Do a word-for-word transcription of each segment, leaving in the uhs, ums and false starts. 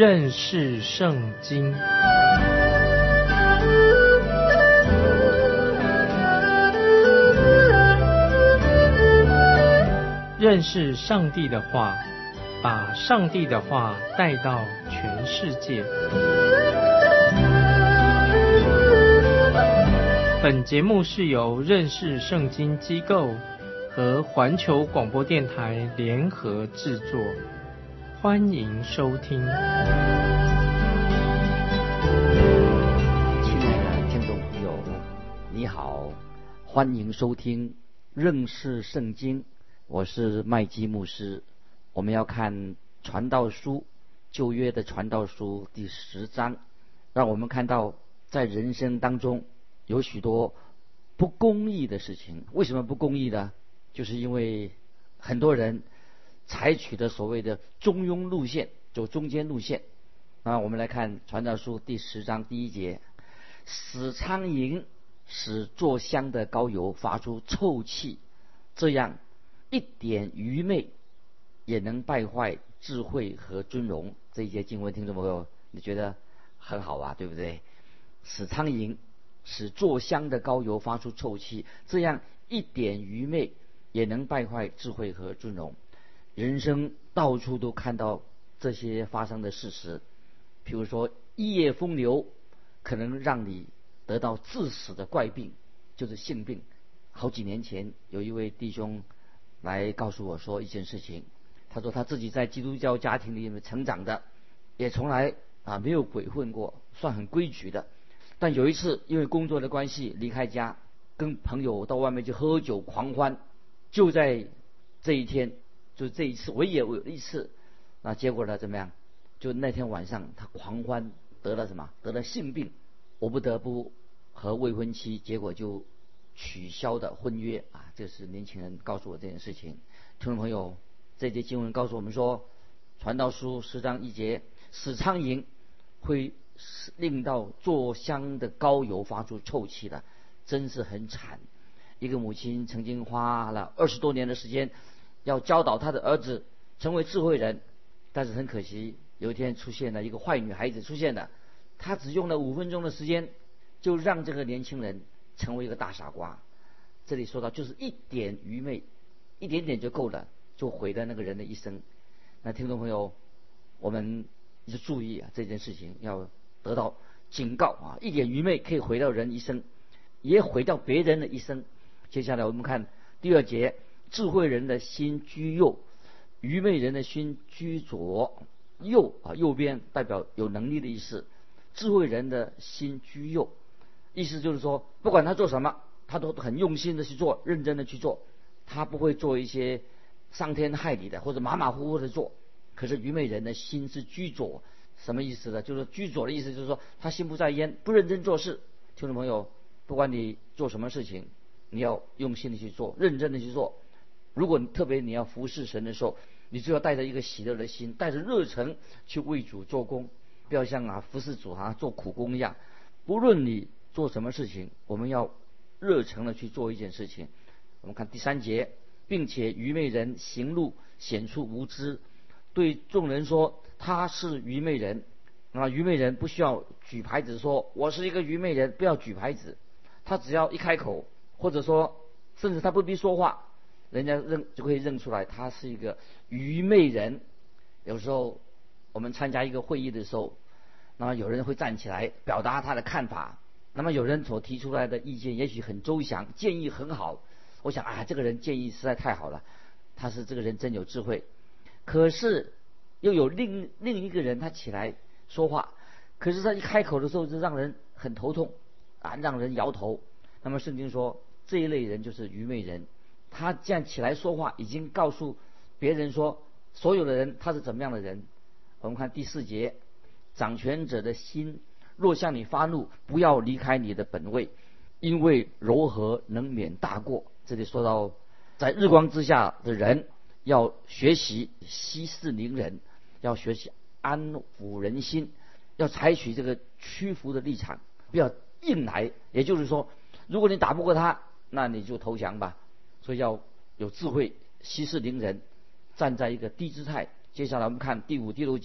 认识圣经。认识上帝的话，把上帝的话带到全世界。本节目是由认识圣经机构和环球广播电台联合制作，欢迎收听。亲爱的听众朋友，你好，欢迎收听认识圣经，我是麦基牧师。我们要看传道书，旧约的传道书第十章，让我们看到在人生当中有许多不公义的事情。为什么不公义呢？就是因为很多人采取的所谓的中庸路线，走中间路线。那我们来看传道书第十章第一节：死苍蝇使做香的膏油发出臭气，这样一点愚昧也能败坏智慧和尊荣。这一节经文，听众朋友，你觉得很好啊，对不对？死苍蝇使做香的膏油发出臭气，这样一点愚昧也能败坏智慧和尊荣。人生到处都看到这些发生的事实，譬如说一夜风流可能让你得到致死的怪病，就是性病。好几年前有一位弟兄来告诉我说一件事情，他说他自己在基督教家庭里面成长的，也从来啊没有鬼混过，算很规矩的。但有一次因为工作的关系离开家，跟朋友到外面去喝酒狂欢，就在这一天，就这一次唯一有一次，那结果呢怎么样？就那天晚上他狂欢得了什么？得了性病，我不得不和未婚妻，结果就取消的婚约啊！这是年轻人告诉我这件事情。听众朋友，这节经文告诉我们说，传道书十章一节，死苍蝇会令到做香的膏油发出臭气的，真是很惨。一个母亲曾经花了二十多年的时间，要教导她的儿子成为智慧人，但是很可惜，有一天出现了一个坏女孩子出现了，她只用了五分钟的时间，就让这个年轻人成为一个大傻瓜。这里说到就是一点愚昧，一点点就够了，就毁了那个人的一生。那听众朋友，我们就注意啊，这件事情要得到警告啊！一点愚昧可以毁掉人一生，也毁掉别人的一生。接下来我们看第二节：智慧人的心居右，愚昧人的心居左。右啊，右边代表有能力的意思。智慧人的心居右，意思就是说，不管他做什么，他都很用心的去做，认真的去做，他不会做一些伤天害理的或者马马虎虎的做。可是愚昧人的心是居左，什么意思呢？就是居左的意思就是说，他心不在焉，不认真做事。听众朋友，不管你做什么事情，你要用心的去做，认真的去做。如果特别你要服侍神的时候，你就要带着一个喜乐的心，带着热忱去为主做工，不要像啊服侍主啊做苦工一样。不论你做什么事情，我们要热诚的去做一件事情。我们看第三节，并且愚昧人行路显出无知，对众人说他是愚昧人。啊，愚昧人不需要举牌子说我是一个愚昧人，不要举牌子，他只要一开口，或者说甚至他不必说话，人家认就可以认出来他是一个愚昧人。有时候我们参加一个会议的时候，那么有人会站起来表达他的看法，那么有人所提出来的意见也许很周详，建议很好，我想啊，这个人建议实在太好了，他是这个人真有智慧。可是又有另另一个人他起来说话，可是他一开口的时候就让人很头痛啊，让人摇头。那么圣经说这一类人就是愚昧人，他这样起来说话已经告诉别人说所有的人他是怎么样的人。我们看第四节，掌权者的心若向你发怒，不要离开你的本位，因为柔和能免大过。这里说到在日光之下的人要学习息事宁人，要学习安抚人心，要采取这个屈服的立场，不要硬来。也就是说，如果你打不过他，那你就投降吧。所以要有智慧，息事宁人，站在一个低姿态。接下来我们看第五、第六节，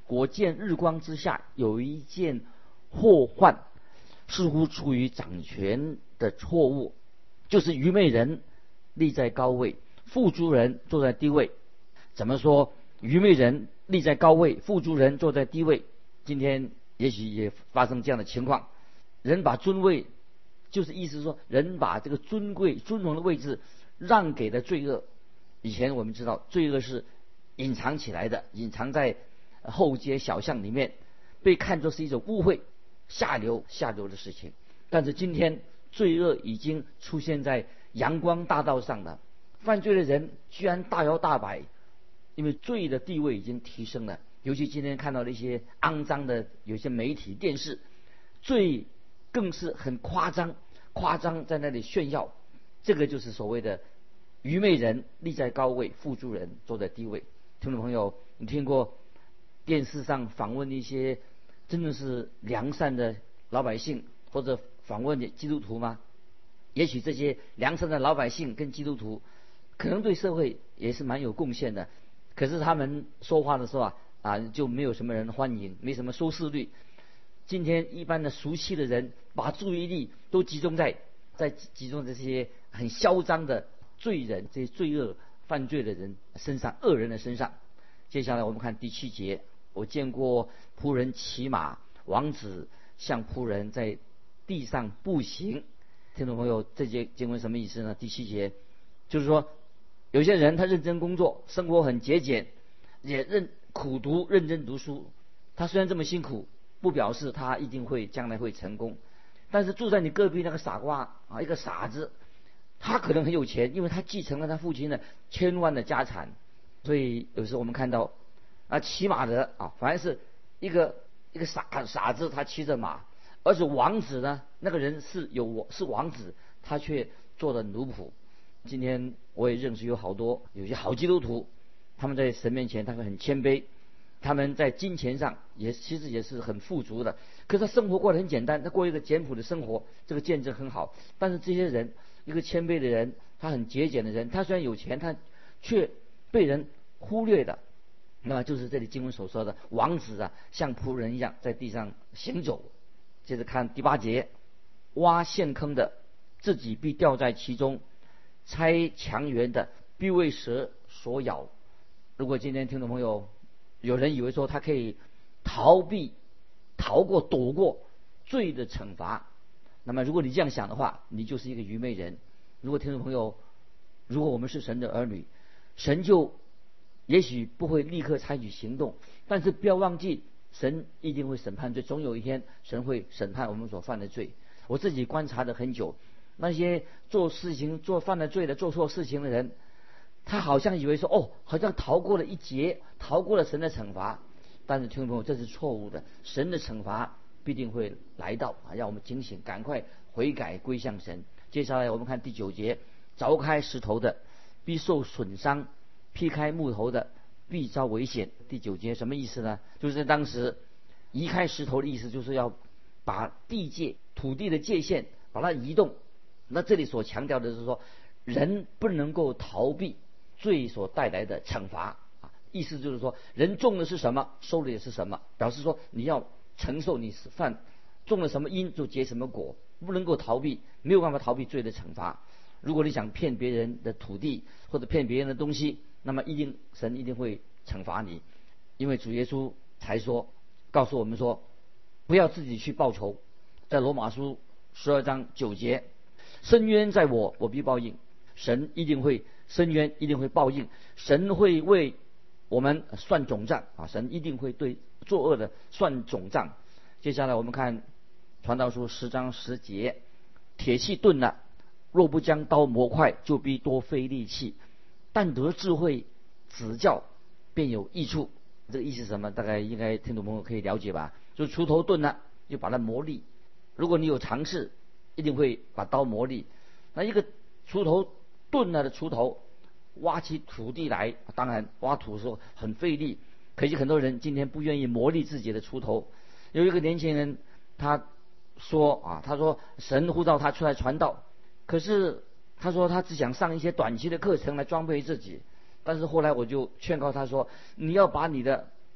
果见日光之下有一件祸患，似乎出于掌权的错误，就是愚昧人立在高位，富足人坐在低位。怎么说愚昧人立在高位，富足人坐在低位？今天也许也发生这样的情况，人把尊位，就是意思是说人把这个尊贵尊荣的位置让给了罪恶。以前我们知道罪恶是隐藏起来的，隐藏在后街小巷里面，被看作是一种污秽下流下流的事情。但是今天罪恶已经出现在阳光大道上了，犯罪的人居然大摇大摆，因为罪的地位已经提升了。尤其今天看到的一些肮脏的有些媒体电视，罪更是很夸张夸张在那里炫耀。这个就是所谓的愚昧人立在高位，富足人坐在低位。听众朋友，你听过电视上访问一些真的是良善的老百姓，或者访问基督徒吗？也许这些良善的老百姓跟基督徒可能对社会也是蛮有贡献的，可是他们说话的时候啊啊就没有什么人欢迎，没什么收视率。今天一般的俗气的人把注意力都集中在在集中这些很嚣张的罪人，这些罪恶犯罪的人身上，恶人的身上。接下来我们看第七节，我见过仆人骑马，王子像仆人在地上步行。听众朋友，这节经文什么意思呢？第七节就是说，有些人他认真工作，生活很节俭，也认苦读认真读书。他虽然这么辛苦，不表示他一定会将来会成功。但是住在你隔壁那个傻瓜啊，一个傻子，他可能很有钱，因为他继承了他父亲的千万的家产。所以有时候我们看到啊，骑马的啊，反而是一个一个傻傻子，他骑着马。而是王子呢，那个人是有是王子，他却做了奴仆。今天我也认识有好多有些好基督徒，他们在神面前他们很谦卑，他们在金钱上也其实也是很富足的，可是他生活过得很简单，他过一个简朴的生活，这个见证很好。但是这些人，一个谦卑的人，他很节俭的人，他虽然有钱，他却被人忽略的。那么就是这里经文所说的王子啊，像仆人一样在地上行走。接着看第八节，挖陷坑的自己必掉在其中，拆墙垣的必为蛇所咬。如果今天听众朋友有人以为说他可以逃避逃过躲过罪的惩罚，那么如果你这样想的话，你就是一个愚昧人。如果听众朋友，如果我们是神的儿女，神就也许不会立刻采取行动，但是不要忘记神一定会审判罪，总有一天神会审判我们所犯的罪。我自己观察了很久，那些做事情做犯了罪的做错事情的人，他好像以为说哦，好像逃过了一劫，逃过了神的惩罚。但是听众朋友，这是错误的，神的惩罚必定会来到啊！让我们警醒，赶快悔改归向神。接下来我们看第九节，凿开石头的必受损伤，劈开木头的必遭危险。第九节什么意思呢？就是在当时移开石头的意思，就是要把地界土地的界限把它移动。那这里所强调的是说，人不能够逃避罪所带来的惩罚啊，意思就是说，人种的是什么，收的也是什么，表示说你要承受你犯种了什么因就结什么果，不能够逃避，没有办法逃避罪的惩罚。如果你想骗别人的土地或者骗别人的东西，那么一定神一定会惩罚你，因为主耶稣才说告诉我们说，不要自己去报仇。在罗马书十二章九节，伸冤在我，我必报应。神一定会伸冤，一定会报应，神会为我们算总账啊！神一定会对作恶的算总账。接下来我们看传道书十章十节，铁器钝了，若不将刀磨快，就必多费力气；但得智慧指教，便有益处。这个意思是什么？大概应该听众朋友可以了解吧？就锄头钝了，就把它磨利。如果你有尝试，一定会把刀磨利。那一个锄头钝了的锄头，挖起土地来，当然挖土的时候很费力。可惜很多人今天不愿意磨砺自己的锄头。有一个年轻人，他说啊，他说神呼召他出来传道，可是他说他只想上一些短期的课程来装备自己。但是后来我就劝告他说，你要把你的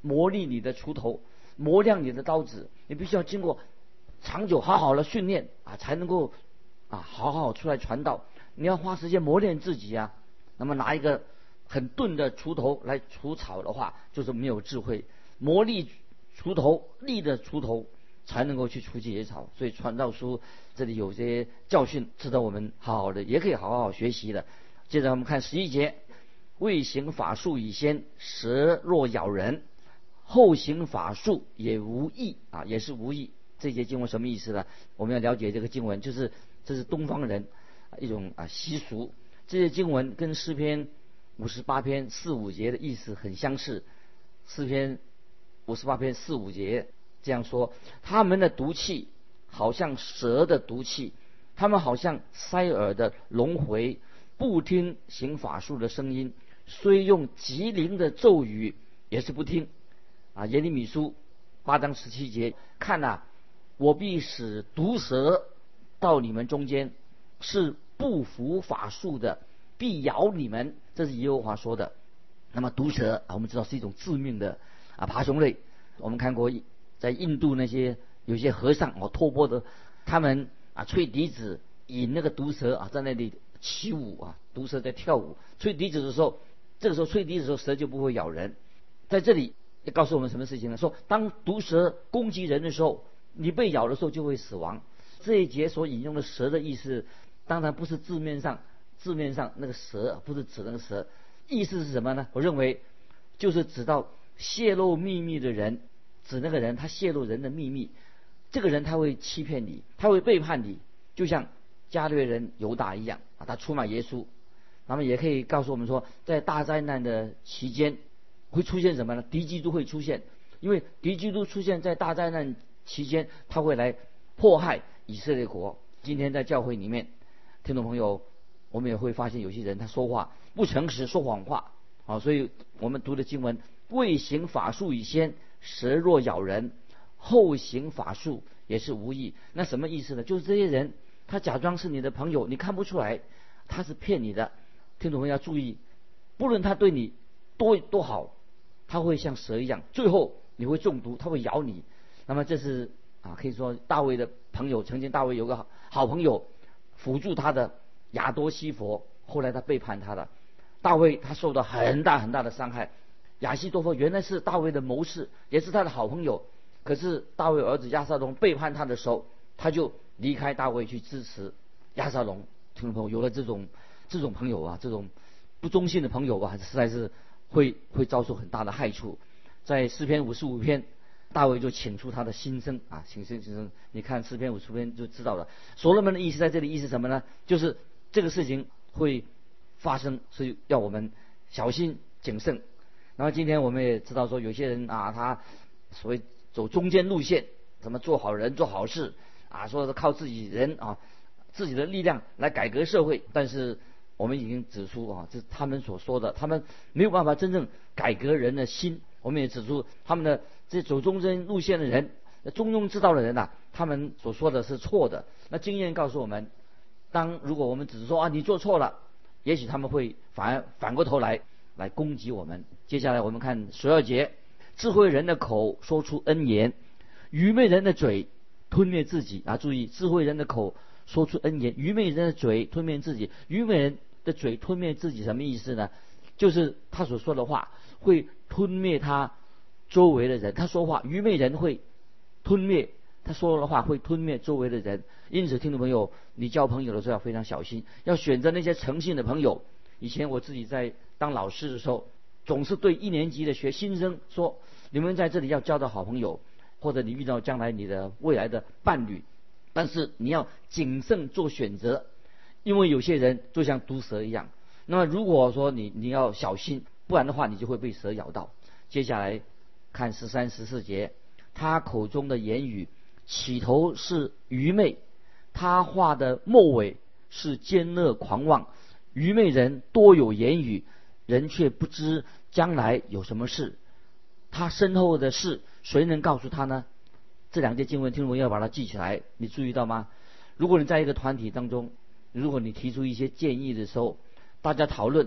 磨砺你的锄头，磨亮你的刀子，你必须要经过长久好好的训练啊，才能够啊好好出来传道。你要花时间磨练自己啊。那么拿一个很钝的锄头来除草的话，就是没有智慧。磨砺锄头，砺的锄头才能够去除去野草。所以传道书这里有些教训值得我们好好的，也可以好好学习的。接着我们看十一节，未行法术以先，蛇若咬人，后行法术也无益啊，也是无益。这节经文什么意思呢？我们要了解这个经文，就是这是东方人一种啊习俗。这些经文跟诗篇五十八篇四五节的意思很相似。诗篇五十八篇四五节这样说：他们的毒气好像蛇的毒气，他们好像塞耳的龙回，不听行法术的声音，虽用极灵的咒语也是不听。啊，耶利米书八章十七节，看啊，我必使毒蛇到你们中间，是不服法术的，必咬你们。这是耶和华说的。那么毒蛇啊，我们知道是一种致命的啊爬虫类。我们看过在印度那些有些和尚哦托钵的，他们啊吹笛子引那个毒蛇啊在那里起舞啊，毒蛇在跳舞。吹笛子的时候，这个时候吹笛子的时候，蛇就不会咬人。在这里也告诉我们什么事情呢？说当毒蛇攻击人的时候，你被咬的时候就会死亡。这一节所引用的蛇的意思，当然不是字面上字面上那个蛇，不是指那个蛇，意思是什么呢？我认为就是指到泄露秘密的人，指那个人他泄露人的秘密，这个人他会欺骗你，他会背叛你，就像加略人犹大一样啊，他出卖耶稣。那么也可以告诉我们说，在大灾难的期间会出现什么呢？敌基督会出现，因为敌基督出现在大灾难期间，他会来迫害以色列国。今天在教会里面，听众朋友，我们也会发现有些人他说话不诚实，说谎话啊。所以我们读的经文，未行法术以先，蛇若咬人，后行法术也是无益。那什么意思呢？就是这些人他假装是你的朋友，你看不出来他是骗你的。听众朋友要注意，不论他对你多多好，他会像蛇一样，最后你会中毒，他会咬你。那么这是啊，可以说大卫的朋友，曾经大卫有个好朋友辅助他的亚多西佛，后来他背叛他了，大卫他受到很大很大的伤害。亚西多佛原来是大卫的谋士，也是他的好朋友，可是大卫儿子亚撒龙背叛他的时候，他就离开大卫去支持亚撒龙。听众朋友，有了这种这种朋友啊，这种不忠心的朋友啊，实在是会会遭受很大的害处。在诗篇五十五篇，大卫就请出他的心声啊，请声请声。你看诗篇五十五篇就知道了。所罗门的意思在这里意思什么呢？就是这个事情会发生，所以要我们小心谨慎。然后今天我们也知道说，有些人啊，他所谓走中间路线，怎么做好人做好事啊，说是靠自己人啊自己的力量来改革社会，但是我们已经指出啊，这是他们所说的，他们没有办法真正改革人的心。我们也指出他们的这走中间路线的人，中庸之道的人呐、啊，他们所说的是错的。那经验告诉我们，当如果我们只是说啊你做错了，也许他们会反而反过头来来攻击我们。接下来我们看十二节，智慧人的口说出恩言，愚昧人的嘴吞灭自己啊！注意，智慧人的口说出恩言，愚昧人的嘴吞灭自己。愚昧人的嘴吞灭自己什么意思呢？就是他所说的话会吞灭他周围的人。他说话，愚昧人会吞灭他说的话会吞灭周围的人。因此，听众朋友，你交朋友的时候要非常小心，要选择那些诚信的朋友。以前我自己在当老师的时候，总是对一年级的学新生说：你们在这里要交到好朋友，或者你遇到将来你的未来的伴侣，但是你要谨慎做选择，因为有些人就像毒蛇一样。那么如果说你你要小心，不然的话你就会被蛇咬到。接下来看十三十四节，他口中的言语起头是愚昧，他话的末尾是奸恶狂妄。愚昧人多有言语，人却不知将来有什么事。他身后的事谁能告诉他呢？这两节经文听众朋友要把它记起来。你注意到吗？如果你在一个团体当中，如果你提出一些建议的时候，大家讨论，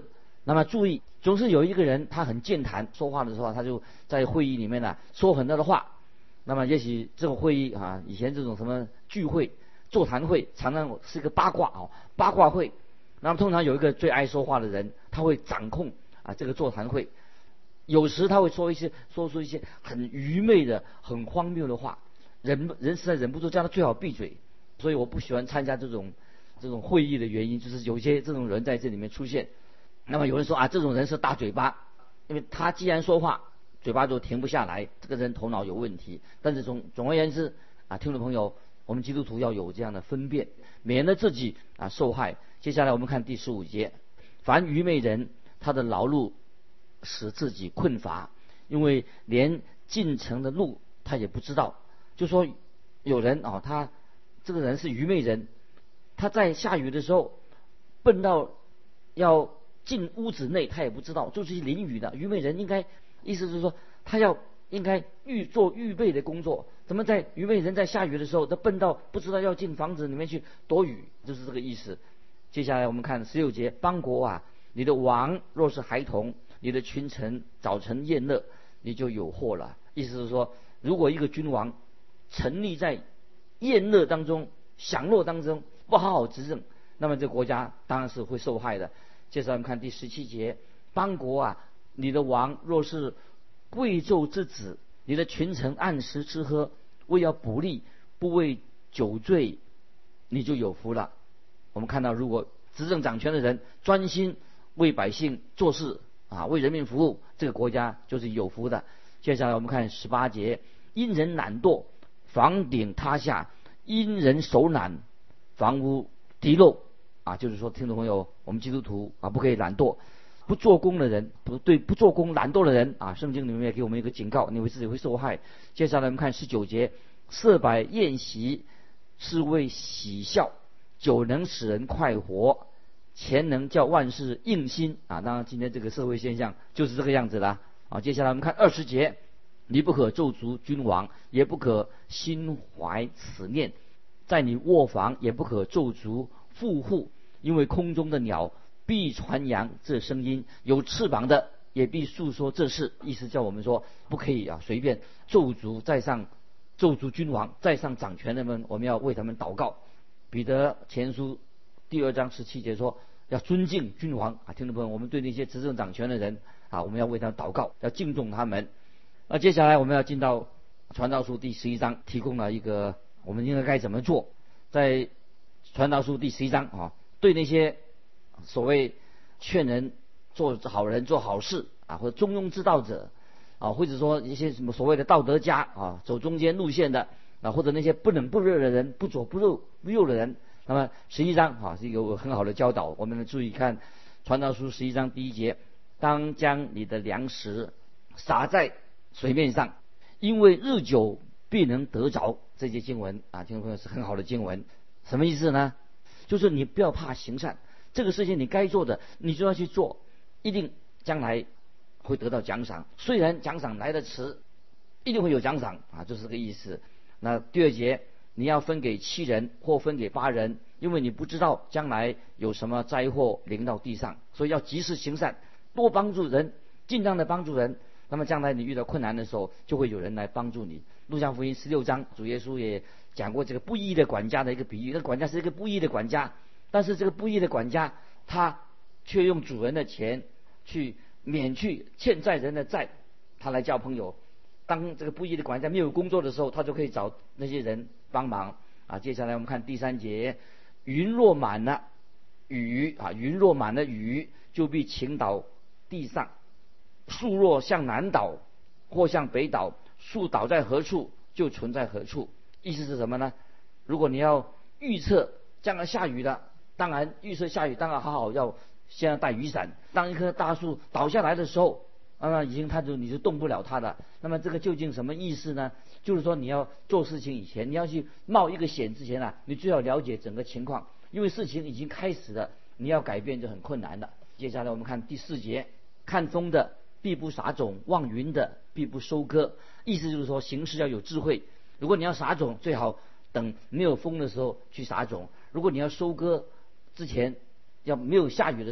那么注意，总是有一个人他很健谈，说话的时候他就在会议里面呢、啊、说很多的话。那么也许这种会议啊，以前这种什么聚会、座谈会，常常是个八卦啊，八卦会。那么通常有一个最爱说话的人，他会掌控啊这个座谈会。有时他会说一些说出一些很愚昧的、很荒谬的话，人人实在忍不住叫他最好闭嘴。所以我不喜欢参加这种这种会议的原因，就是有些这种人在这里面出现。那么有人说啊，这种人是大嘴巴，因为他既然说话，嘴巴就停不下来，这个人头脑有问题。但是总总而言之啊，听众朋友，我们基督徒要有这样的分辨，免得自己啊受害。接下来我们看第十五节，凡愚昧人，他的劳碌使自己困乏，因为连进城的路他也不知道。就说有人啊，他这个人是愚昧人，他在下雨的时候笨到要进屋子内，他也不知道，就是淋雨的愚昧人。应该意思是说，他要应该预做预备的工作，怎么在愚昧人在下雨的时候，他笨到不知道要进房子里面去躲雨，就是这个意思。接下来我们看十六节，邦国啊，你的王若是孩童，你的群臣早晨宴乐，你就有祸了。意思是说，如果一个君王沉溺在宴乐当中、享乐当中，不好好执政，那么这国家当然是会受害的。接下来我们看第十七节，邦国啊，你的王若是贵胄之子，你的群臣按时吃喝，为要补力，不为酒醉，你就有福了。我们看到，如果执政掌权的人专心为百姓做事啊，为人民服务，这个国家就是有福的。接下来我们看十八节，因人懒惰，房顶塌下；因人手懒，房屋滴漏。啊，就是说，听众朋友，我们基督徒啊，不可以懒惰。不做工的人，不对，不做工懒惰的人啊，圣经里面也给我们一个警告，你会自己会受害。接下来我们看十九节，设摆宴席是为喜笑，酒能使人快活，钱能叫万事应心啊。当然，今天这个社会现象就是这个样子了啊。接下来我们看二十节，你不可咒诅君王，也不可心怀此念，在你卧房也不可咒诅富户，因为空中的鸟必传扬这声音，有翅膀的也必诉说这事。意思叫我们说，不可以啊随便咒诅在上，咒诅君王，在上掌权的们，我们要为他们祷告。彼得前书第二章十七节说，要尊敬君王啊，听众朋友，我们对那些执政掌权的人啊，我们要为他们祷告，要敬重他们。那接下来我们要进到传道书第十一章，提供了一个我们应该该怎么做。在传道书第十一章啊，对那些所谓劝人做好人、做好事啊，或者中庸之道者啊，或者说一些什么所谓的道德家啊，走中间路线的啊，或者那些不冷不热的人、不左不右不右的人，那么十一章啊是一个很好的教导。我们注意看传道书十一章第一节，当将你的粮食撒在水面上，因为日久必能得着。这些经文啊，听众朋友是很好的经文。什么意思呢？就是你不要怕行善，这个事情你该做的你就要去做，一定将来会得到奖赏。虽然奖赏来得迟，一定会有奖赏啊，就是这个意思。那第二节，你要分给七人或分给八人，因为你不知道将来有什么灾祸临到地上，所以要及时行善，多帮助人，尽量的帮助人。那么将来你遇到困难的时候，就会有人来帮助你。路加福音十六章，主耶稣也讲过这个不义的管家的一个比喻。那管家是一个不义的管家，但是这个不义的管家，他却用主人的钱去免去欠债人的债，他来交朋友。当这个不义的管家没有工作的时候，他就可以找那些人帮忙啊。接下来我们看第三节，云若满了雨啊，云若满了雨，就必倾倒地上。树若向南倒，或向北倒，树倒在何处，就存在何处。意思是什么呢？如果你要预测将来下雨的，当然预测下雨，当然好好要先要带雨伞。当一棵大树倒下来的时候，那么已经它就你就动不了它的。那么这个究竟什么意思呢？就是说你要做事情以前，你要去冒一个险之前啊，你最好了解整个情况，因为事情已经开始了，你要改变就很困难的。接下来我们看第四节，看风的必不撒种，望云的必不收割。意思就是说，行事要有智慧。如果你要撒种，最好等没有风的时候去撒种；如果你要收割之前，要没有下雨的时候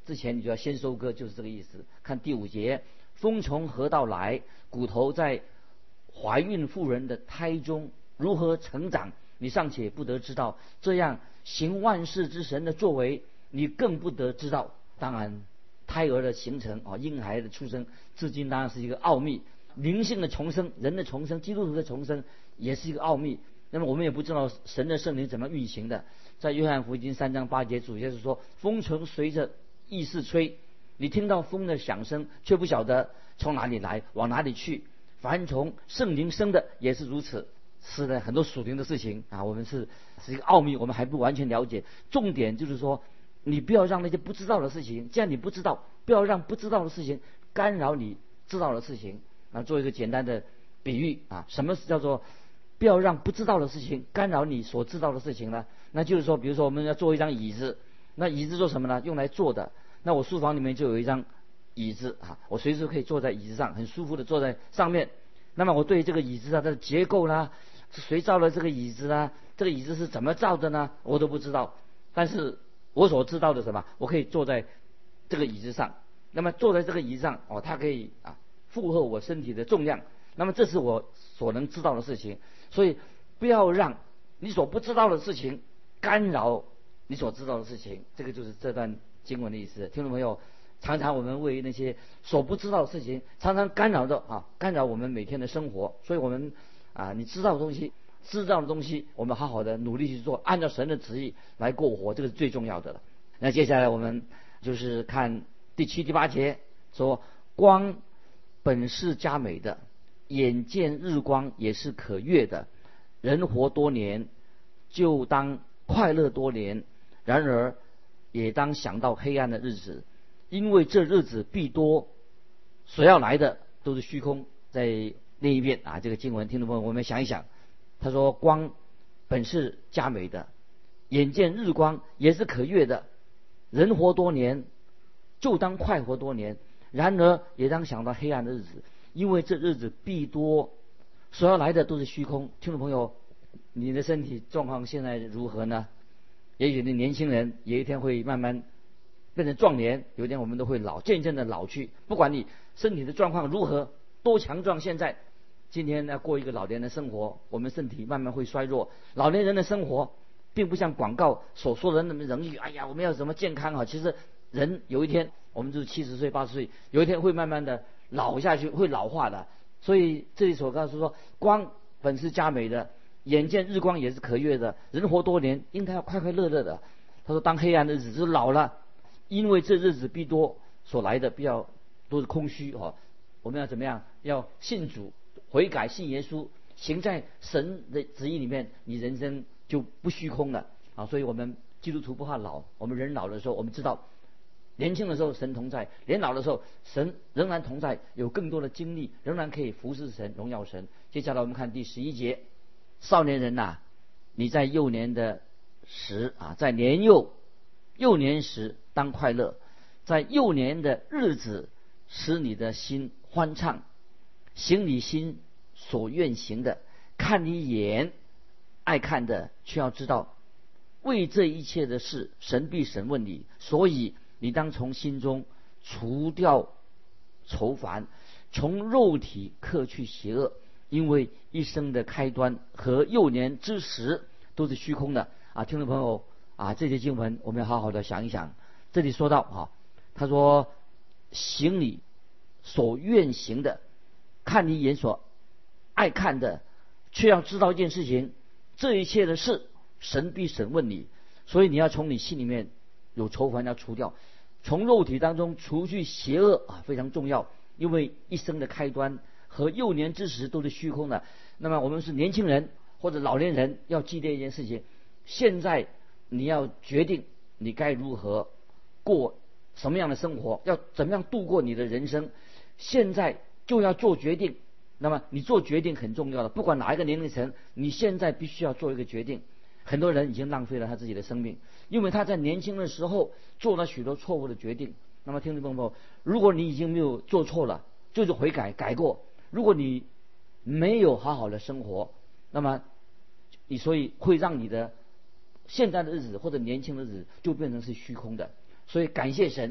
之前，你就要先收割，就是这个意思。看第五节，风从何道来？骨头在怀孕妇人的胎中如何成长？你尚且不得知道，这样行万事之神的作为，你更不得知道。当然，胎儿的形成啊，婴孩的出生，至今当然是一个奥秘。灵性的重生，人的重生，基督徒的重生，也是一个奥秘。那么我们也不知道神的圣灵怎么运行的。在约翰福音三章八节，主耶稣说：“风曾随着意识吹，你听到风的响声，却不晓得从哪里来，往哪里去。凡从圣灵生的，也是如此。”是的，很多属灵的事情啊，我们是是一个奥秘，我们还不完全了解。重点就是说，你不要让那些不知道的事情，既然你不知道，不要让不知道的事情干扰你知道的事情。啊，做一个简单的比喻啊，什么是叫做不要让不知道的事情干扰你所知道的事情呢？那就是说，比如说我们要做一张椅子，那椅子做什么呢？用来坐的。那我书房里面就有一张椅子啊，我随时可以坐在椅子上，很舒服的坐在上面。那么我对这个椅子啊，它的结构啦，是谁造了这个椅子啊？这个椅子是怎么造的呢？我都不知道。但是我所知道的什么？我可以坐在这个椅子上。那么坐在这个椅子上，哦，它可以啊负荷我身体的重量。那么这是我所能知道的事情。所以不要让你所不知道的事情干扰你所知道的事情。这个就是这段经文的意思。听众朋友，常常我们为那些所不知道的事情，常常干扰着啊，干扰我们每天的生活。所以我们啊，你知道的东西，知道的东西，我们好好的努力去做，按照神的旨意来过活，这个是最重要的了。那接下来我们就是看第七、第八节，说光本是佳美的，眼见日光也是可悦的。人活多年，就当快乐多年；然而也当想到黑暗的日子，因为这日子必多，所要来的都是虚空。在另一遍啊，这个经文，听众朋友，我们想一想，他说光本是佳美的，眼见日光也是可悦的。人活多年，就当快活多年；然而也当想到黑暗的日子，因为这日子必多，所要来的都是虚空。听众朋友，你的身体状况现在如何呢？也许你年轻人有一天会慢慢变成壮年，有一天我们都会老，渐渐的老去。不管你身体的状况如何，多强壮，现在今天要过一个老年的生活，我们身体慢慢会衰弱。老年人的生活并不像广告所说的那么容易。哎呀，我们要怎么健康啊？其实人有一天，我们就是七十岁、八十岁，有一天会慢慢的老下去，会老化的。所以这里所告诉说，光本是佳美的，眼见日光也是可悦的。人活多年，应该要快快乐乐的。他说，当黑暗的日子是老了，因为这日子必多，所来的必要都是空虚哦。我们要怎么样？要信主，悔改，信耶稣，行在神的旨意里面，你人生就不虚空了啊！所以我们基督徒不怕老，我们人老的时候，我们知道年轻的时候神同在，年老的时候神仍然同在，有更多的精力，仍然可以服侍神，荣耀神。接下来我们看第十一节，少年人呐、啊，你在幼年的时啊，在年幼幼年时当快乐，在幼年的日子使你的心欢畅，行你心所愿行的，看你眼爱看的，却要知道为这一切的事，神必审问你。所以你当从心中除掉愁烦，从肉体克去邪恶，因为一生的开端和幼年之时都是虚空的啊！听众朋友啊，这些经文我们要好好的想一想。这里说到啊，他说行你所愿行的，看你眼所爱看的，却要知道一件事情，这一切的事神必审问你。所以你要从你心里面有愁烦要除掉，从肉体当中除去邪恶啊，非常重要。因为一生的开端和幼年之时都是虚空的。那么我们是年轻人或者老年人，要记得一件事情，现在你要决定你该如何过什么样的生活，要怎么样度过你的人生，现在就要做决定。那么你做决定很重要的，不管哪一个年龄层，你现在必须要做一个决定。很多人已经浪费了他自己的生命，因为他在年轻的时候做了许多错误的决定。那么听众朋友，如果你已经没有做错了，就是悔改改过。如果你没有好好的生活，那么你所以会让你的现在的日子或者年轻的日子就变成是虚空的。所以感谢神，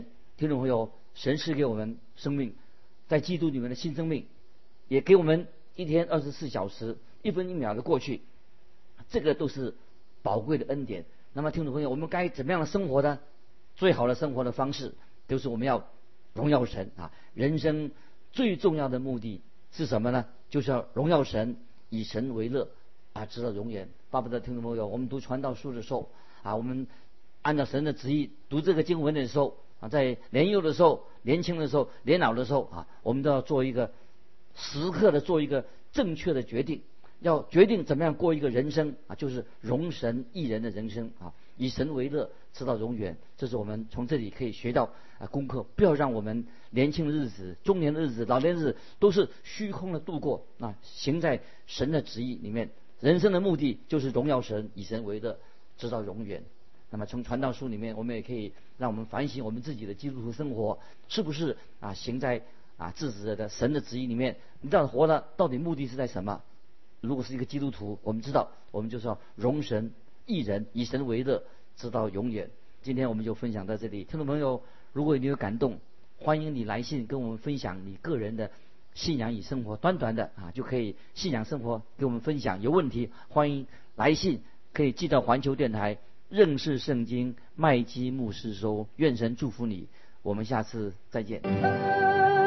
听众朋友，神赐给我们生命，在基督里面的新生命，也给我们一天二十四小时，一分一秒的过去，这个都是宝贵的恩典。那么听众朋友，我们该怎么样的生活呢？最好的生活的方式就是我们要荣耀神啊！人生最重要的目的是什么呢？就是要荣耀神，以神为乐啊，直到永远。巴不得听众朋友，我们读传道书的时候啊，我们按照神的旨意读这个经文的时候啊，在年幼的时候、年轻的时候、年老的时候啊，我们都要做一个时刻的做一个正确的决定，要决定怎么样过一个人生啊，就是荣神益人的人生啊，以神为乐，直到永远。这是我们从这里可以学到啊功课。不要让我们年轻的日子、中年的日子、老年日子都是虚空的度过啊，行在神的旨意里面。人生的目的就是荣耀神，以神为乐，直到永远。那么从传道书里面，我们也可以让我们反省我们自己的基督徒生活是不是啊行在啊自己的神的旨意里面。你这样活了，到底目的是在什么？如果是一个基督徒，我们知道我们就是要荣神益人，以神为乐，直到永远。今天我们就分享到这里。听众朋友，如果你有感动，欢迎你来信跟我们分享你个人的信仰与生活，短短的啊就可以信仰生活给我们分享。有问题欢迎来信，可以寄到环球电台认识圣经麦基牧师收。愿神祝福你，我们下次再见。